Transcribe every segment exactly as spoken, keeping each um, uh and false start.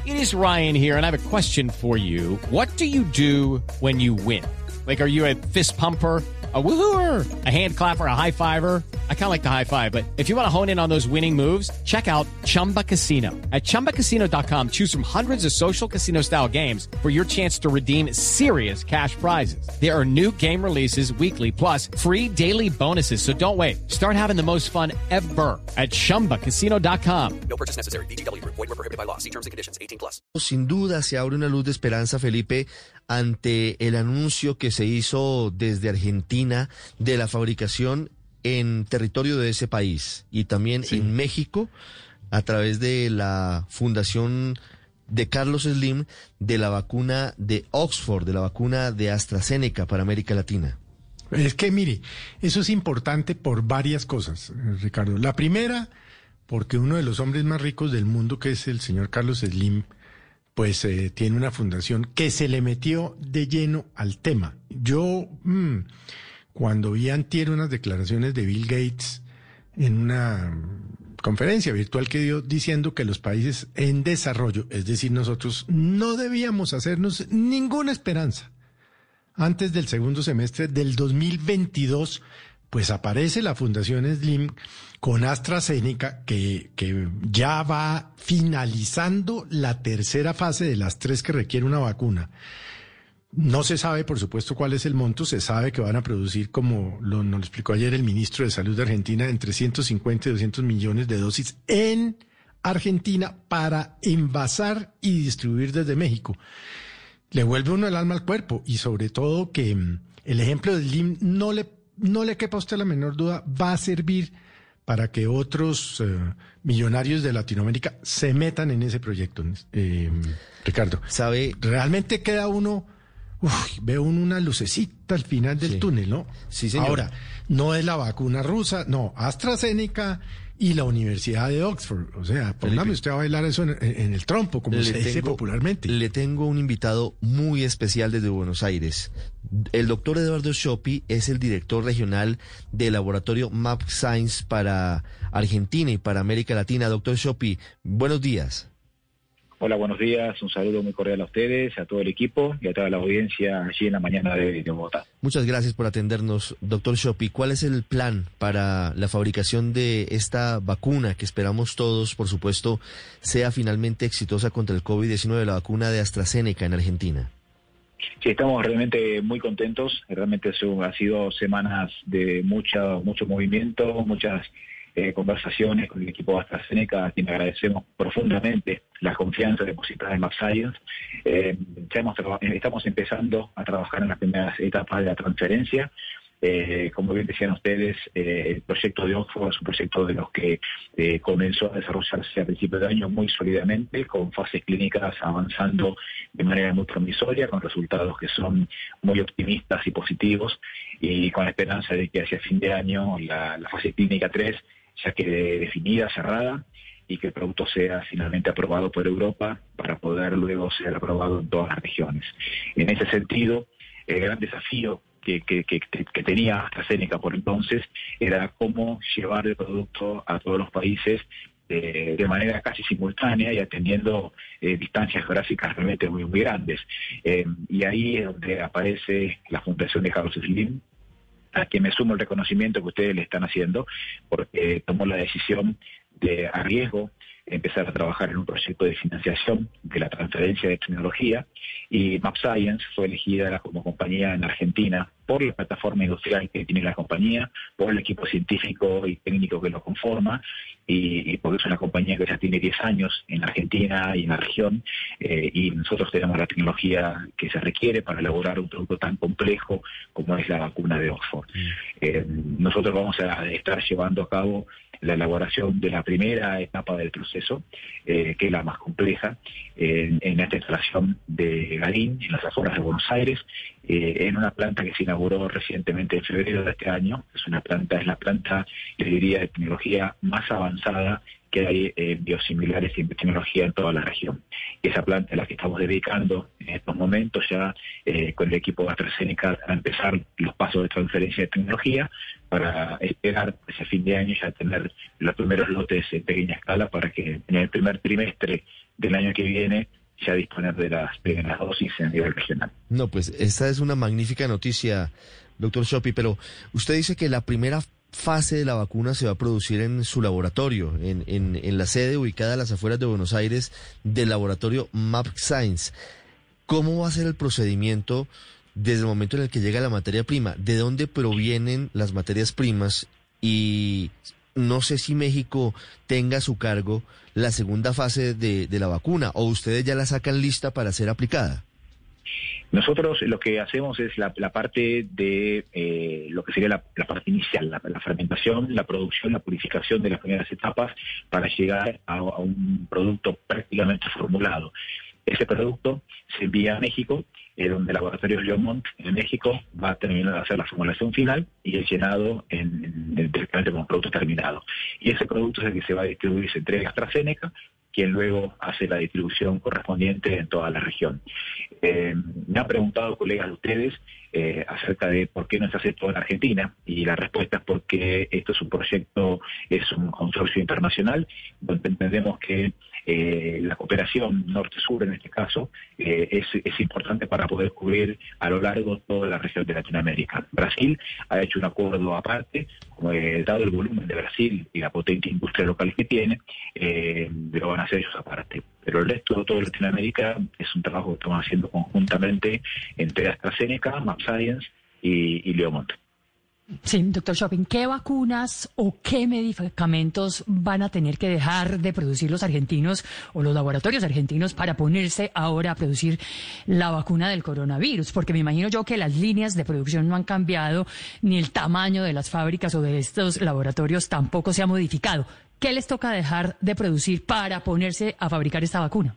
It is Ryan here, and I have a question for you. What do you do when you win? Like, are you a fist pumper, a woohooer, a hand clapper, a high fiver? I kind of like the high five, but if you want to hone in on those winning moves, check out Chumba Casino. At chumba casino dot com, choose from hundreds of social casino style games for your chance to redeem serious cash prizes. There are new game releases weekly, plus free daily bonuses. So don't wait. Start having the most fun ever at chumba casino dot com. No purchase necessary. V G W Group. Void where prohibited by law. See terms and conditions. eighteen plus. Sin duda se abre una luz de esperanza, Felipe, ante el anuncio que se hizo desde Argentina de la fabricación en territorio de ese país y también sí. en México a través de la fundación de Carlos Slim de la vacuna de Oxford, de la vacuna de AstraZeneca para América Latina. Es que mire, eso es importante por varias cosas, Ricardo. La primera, porque uno de los hombres más ricos del mundo, que es el señor Carlos Slim, pues eh, tiene una fundación que se le metió de lleno al tema. Yo, mmm, cuando vi antier unas declaraciones de Bill Gates en una conferencia virtual que dio diciendo que los países en desarrollo, es decir, nosotros, no debíamos hacernos ninguna esperanza. Antes del segundo semestre del dos mil veintidós, pues aparece la Fundación Slim con AstraZeneca, que, que ya va finalizando la tercera fase de las tres que requiere una vacuna. No se sabe, por supuesto, cuál es el monto. Se sabe que van a producir, como lo, nos lo explicó ayer el ministro de Salud de Argentina, entre ciento cincuenta y doscientos millones de dosis en Argentina para envasar y distribuir desde México. Le vuelve uno el alma al cuerpo y sobre todo que el ejemplo de Slim no le, no le quepa a usted la menor duda, va a servir para que otros eh, millonarios de Latinoamérica se metan en ese proyecto. Eh, Ricardo, ¿sabe? Realmente queda uno... Uf, veo una lucecita al final del sí. túnel, ¿no? Sí, señor. Ahora, no es la vacuna rusa, no, AstraZeneca y la Universidad de Oxford. O sea, póngame usted a bailar eso en, en el trompo, como le se tengo, dice popularmente. Le tengo un invitado muy especial desde Buenos Aires. El doctor Eduardo Schoeppi es el director regional del laboratorio mAbxience para Argentina y para América Latina. Doctor Schoeppi, buenos días. Hola, buenos días. Un saludo muy cordial a ustedes, a todo el equipo y a toda la audiencia allí en la mañana de, de Bogotá. Muchas gracias por atendernos, doctor Schoeppi. ¿Cuál es el plan para la fabricación de esta vacuna que esperamos todos, por supuesto, sea finalmente exitosa contra el COVID diecinueve, la vacuna de AstraZeneca en Argentina? Sí, estamos realmente muy contentos. Realmente eso ha sido semanas de mucha, mucho movimiento, muchas Eh, conversaciones con el equipo de AstraZeneca, a quien agradecemos profundamente la confianza depositada en mAbxience. Eh, ya hemos estamos empezando a trabajar en las primeras etapas de la transferencia. Eh, como bien decían ustedes, eh, el proyecto de Oxford es un proyecto de los que eh, comenzó a desarrollarse a principios de año muy sólidamente, con fases clínicas avanzando de manera muy promisoria, con resultados que son muy optimistas y positivos, y con la esperanza de que hacia fin de año la, la fase clínica tres ya quede definida, cerrada, y que el producto sea finalmente aprobado por Europa para poder luego ser aprobado en todas las regiones. En ese sentido, el gran desafío que, que, que, que tenía AstraZeneca por entonces era cómo llevar el producto a todos los países de, de manera casi simultánea y atendiendo eh, distancias geográficas realmente muy, muy grandes. Eh, y ahí es donde aparece la Fundación de Carlos Slim, a quien me sumo el reconocimiento que ustedes le están haciendo, porque tomó la decisión de, a riesgo, empezar a trabajar en un proyecto de financiación de la transferencia de tecnología, y mAbxience fue elegida como compañía en Argentina por la plataforma industrial que tiene la compañía, por el equipo científico y técnico que lo conforma, y, y porque es una compañía que ya tiene diez años en Argentina y en la región, eh, y nosotros tenemos la tecnología que se requiere para elaborar un producto tan complejo como es la vacuna de Oxford. Mm. Eh, nosotros vamos a estar llevando a cabo la elaboración de la primera etapa del proceso, eh, que es la más compleja, eh, en esta instalación de Garín, en las afueras de Buenos Aires, eh, en una planta que se inauguró recientemente en febrero de este año. Es una planta, es la planta, yo diría, de tecnología más avanzada que hay eh, biosimilares y en tecnología en toda la región. Esa planta es la que estamos dedicando en estos momentos ya eh, con el equipo de AstraZeneca a empezar los pasos de transferencia de tecnología para esperar ese fin de año ya tener los primeros lotes en pequeña escala para que en el primer trimestre del año que viene ya disponer de las primeras dosis a nivel regional. No, pues esta es una magnífica noticia, doctor Chopi, pero usted dice que la primera fase de la vacuna se va a producir en su laboratorio, en, en, en la sede ubicada a las afueras de Buenos Aires del laboratorio mAbxience. ¿Cómo va a ser el procedimiento desde el momento en el que llega la materia prima? ¿De dónde provienen las materias primas? Y no sé si México tenga a su cargo la segunda fase de, de la vacuna, o ustedes ya la sacan lista para ser aplicada. Nosotros lo que hacemos es la, la parte de eh, lo que sería la, la parte inicial, la, la fermentación, la producción, la purificación de las primeras etapas para llegar a, a un producto prácticamente formulado. Ese producto se envía a México, eh, donde el laboratorio Leomont en México va a terminar de hacer la formulación final y el llenado en, en, directamente como producto terminado. Y ese producto es el que se va a distribuir, se entrega a AstraZeneca, quien luego hace la distribución correspondiente en toda la región. Eh, me han preguntado colegas de ustedes eh, acerca de por qué no se hace todo en Argentina, y la respuesta es porque esto es un proyecto, es un consorcio internacional, donde entendemos que eh, la cooperación norte-sur en este caso eh, es, es importante para poder cubrir a lo largo toda la región de Latinoamérica. Brasil ha hecho un acuerdo aparte, eh, dado el volumen de Brasil y la potente industria local que tiene, eh, lo van a hacer ellos aparte. Pero el resto de toda Latinoamérica es un trabajo que estamos haciendo conjuntamente entre AstraZeneca, mAbxience y, y Leomont. Sí, doctor Chopi, ¿qué vacunas o qué medicamentos van a tener que dejar de producir los argentinos o los laboratorios argentinos para ponerse ahora a producir la vacuna del coronavirus? Porque me imagino yo que las líneas de producción no han cambiado, ni el tamaño de las fábricas o de estos laboratorios tampoco se ha modificado. ¿Qué les toca dejar de producir para ponerse a fabricar esta vacuna?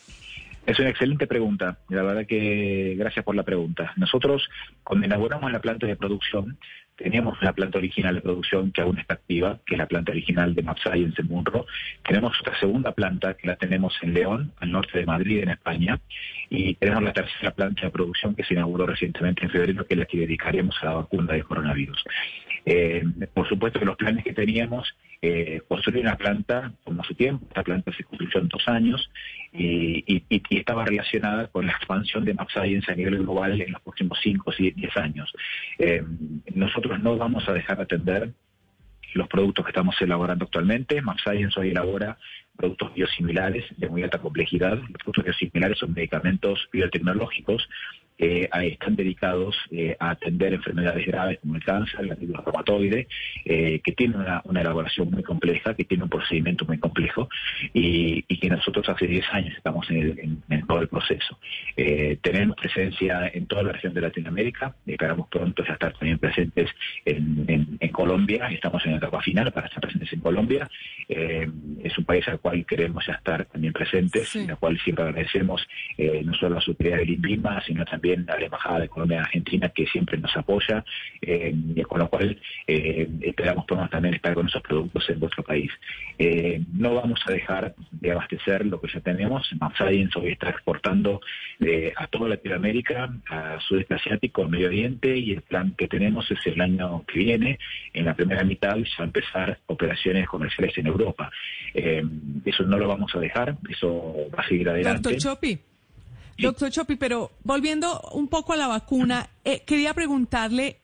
Es una excelente pregunta, la verdad que gracias por la pregunta. Nosotros, cuando inauguramos la planta de producción, teníamos una planta original de producción que aún está activa, que es la planta original de mAbxience en Munro. Tenemos otra segunda planta que la tenemos en León, al norte de Madrid, en España. Y tenemos la tercera planta de producción que se inauguró recientemente en febrero, que es la que dedicaríamos a la vacuna del coronavirus. Eh, por supuesto que los planes que teníamos, eh, construir una planta tomó su tiempo. Esta planta se construyó en dos años y, y, y estaba relacionada con la expansión de mAbxience a nivel global en los próximos cinco o diez años. Eh, nosotros no vamos a dejar de atender los productos que estamos elaborando actualmente. mAbxience hoy elabora productos biosimilares de muy alta complejidad. Los productos biosimilares son medicamentos biotecnológicos que eh, están dedicados eh, a atender enfermedades graves como el cáncer, el artritis reumatoide, eh, que tienen una, una elaboración muy compleja, que tiene un procedimiento muy complejo y, y que nosotros hace diez años estamos en, el, en, en todo el proceso. Eh, tenemos presencia en toda la región de Latinoamérica, esperamos pronto ya estar también presentes en, en, en Colombia, estamos en la etapa final para estar presentes en Colombia. Eh, es un país al cual queremos ya estar también presentes, sí. En la cual siempre agradecemos eh, no solo a su autoridad del INVIMA, sino también a la Embajada de Colombia en Argentina, que siempre nos apoya, eh, con lo cual eh, esperamos podamos también estar con esos productos en vuestro país. Eh, no vamos a dejar de abastecer lo que ya tenemos. mAbxience hoy está exportando eh, a toda Latinoamérica, a Sudeste Asiático, al Medio Oriente, y el plan que tenemos es el año que viene, en la primera mitad, ya empezar operaciones comerciales en Europa. Eh, eso no lo vamos a dejar, eso va a seguir adelante. Doctor Chopi. Doctor Chopi, pero volviendo un poco a la vacuna, eh, quería preguntarle,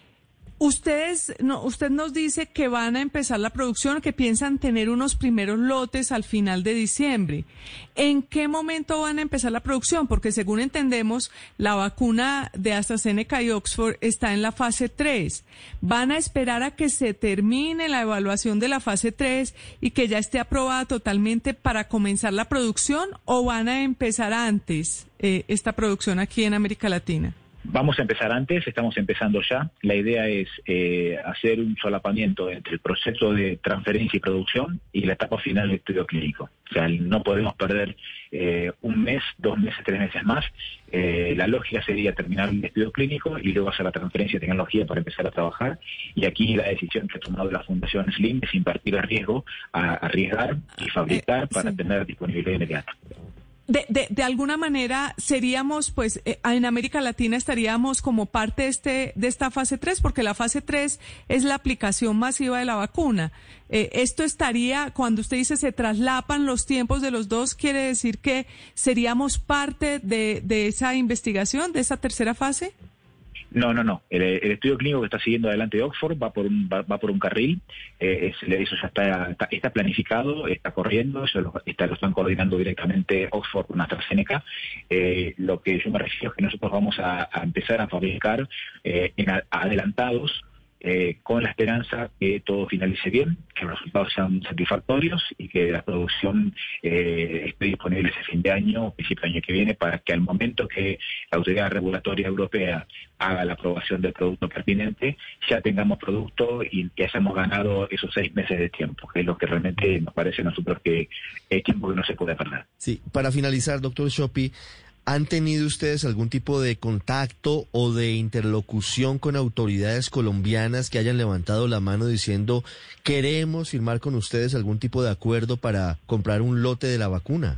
ustedes, no, usted nos dice que van a empezar la producción, que piensan tener unos primeros lotes al final de diciembre. ¿En qué momento van a empezar la producción? Porque según entendemos, la vacuna de AstraZeneca y Oxford está en la fase tres. ¿Van a esperar a que se termine la evaluación de la fase tres y que ya esté aprobada totalmente para comenzar la producción, o van a empezar antes eh, esta producción aquí en América Latina? Vamos a empezar antes, estamos empezando ya. La idea es eh, hacer un solapamiento entre el proceso de transferencia y producción y la etapa final del estudio clínico. O sea, no podemos perder eh, un mes, dos meses, tres meses más. Eh, la lógica sería terminar el estudio clínico y luego hacer la transferencia de tecnología para empezar a trabajar. Y aquí la decisión que ha tomado la Fundación Slim es invertir a riesgo, a arriesgar y fabricar para sí. tener disponibilidad inmediata. De, de, de alguna manera seríamos, pues, eh, en América Latina estaríamos como parte de, este, de esta fase tres, porque la fase tres es la aplicación masiva de la vacuna. Eh, esto estaría, cuando usted dice se traslapan los tiempos de los dos, ¿quiere decir que seríamos parte de, de esa investigación, de esa tercera fase? No, no, no. El, el estudio clínico que está siguiendo adelante de Oxford va por un va, va por un carril. Eh, es, eso ya está, está está planificado, está corriendo, eso lo, está, lo están coordinando directamente Oxford con AstraZeneca. Eh, lo que yo me refiero es que nosotros vamos a, a empezar a fabricar eh, en a, adelantados, Eh, con la esperanza que todo finalice bien, que los resultados sean satisfactorios y que la producción eh, esté disponible ese fin de año, principio del año que viene, para que al momento que la autoridad regulatoria europea haga la aprobación del producto pertinente, ya tengamos producto y que hayamos ganado esos seis meses de tiempo, que es lo que realmente nos parece a nosotros que es tiempo que no se puede perder. Sí, para finalizar, doctor Chopi, ¿han tenido ustedes algún tipo de contacto o de interlocución con autoridades colombianas que hayan levantado la mano diciendo queremos firmar con ustedes algún tipo de acuerdo para comprar un lote de la vacuna?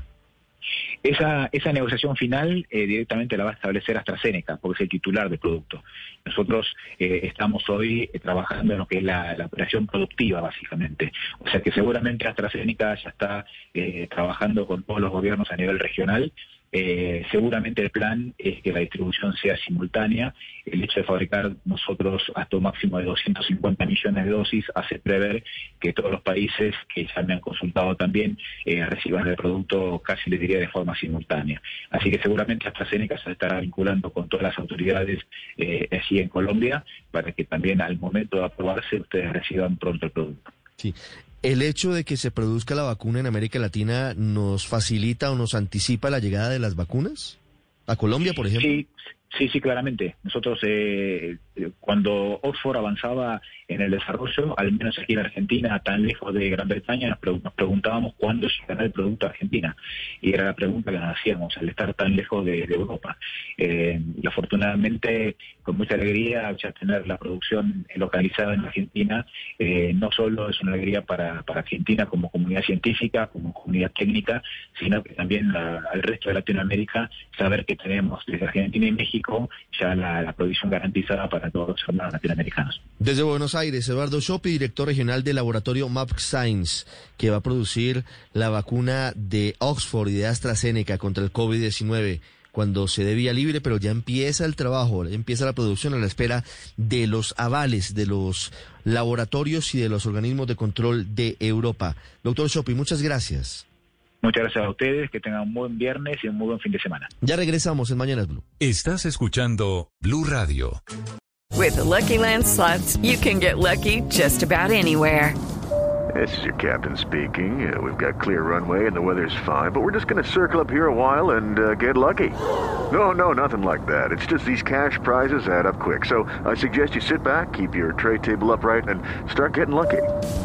Esa, esa negociación final eh, directamente la va a establecer AstraZeneca, porque es el titular del producto. Nosotros eh, estamos hoy eh, trabajando en lo que es la, la operación productiva, básicamente. O sea que seguramente AstraZeneca ya está eh, trabajando con todos los gobiernos a nivel regional. Eh, seguramente el plan es que la distribución sea simultánea. El hecho de fabricar nosotros hasta un máximo de doscientos cincuenta millones de dosis hace prever que todos los países que ya me han consultado también eh, reciban el producto, casi les diría, de forma simultánea. Así que seguramente AstraZeneca se estará vinculando con todas las autoridades eh, allí en Colombia para que también al momento de aprobarse ustedes reciban pronto el producto. Sí. ¿El hecho de que se produzca la vacuna en América Latina nos facilita o nos anticipa la llegada de las vacunas? ¿A Colombia, por ejemplo? Sí, sí, sí, claramente. Nosotros, eh, cuando Oxford avanzaba en el desarrollo, al menos aquí en Argentina, tan lejos de Gran Bretaña, nos, pre- nos preguntábamos cuándo llegará el producto a Argentina. Y era la pregunta que nos hacíamos, al estar tan lejos de, de Europa. Eh, y afortunadamente, con mucha alegría, ya tener la producción localizada en Argentina, eh, no solo es una alegría para, para Argentina como comunidad científica, como comunidad técnica, sino que también la, al resto de Latinoamérica, saber que tenemos desde Argentina y México ya la, la producción garantizada para todos los hermanos latinoamericanos. Desde Buenos Aires, Eduardo Chopi, director regional del laboratorio mAbxience, que va a producir la vacuna de Oxford y de AstraZeneca contra el COVID diecinueve cuando se dé vía libre, pero ya empieza el trabajo, ya empieza la producción a la espera de los avales de los laboratorios y de los organismos de control de Europa. Doctor Chopi, muchas gracias. Muchas gracias a ustedes, que tengan un buen viernes y un muy buen fin de semana. Ya regresamos en Mañanas Blue. Estás escuchando Blue Radio. With the Lucky Land Slots, you can get lucky just about anywhere. This is your captain speaking. Uh, we've got clear runway and the weather's fine, but we're just going to circle up here a while and uh, get lucky. No, no, nothing like that. It's just these cash prizes add up quick. So I suggest you sit back, keep your tray table upright, and start getting lucky.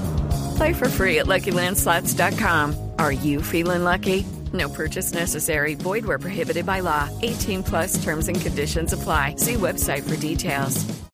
Play for free at Lucky Land Slots dot com. Are you feeling lucky? No purchase necessary. Void where prohibited by law. eighteen plus terms and conditions apply. See website for details.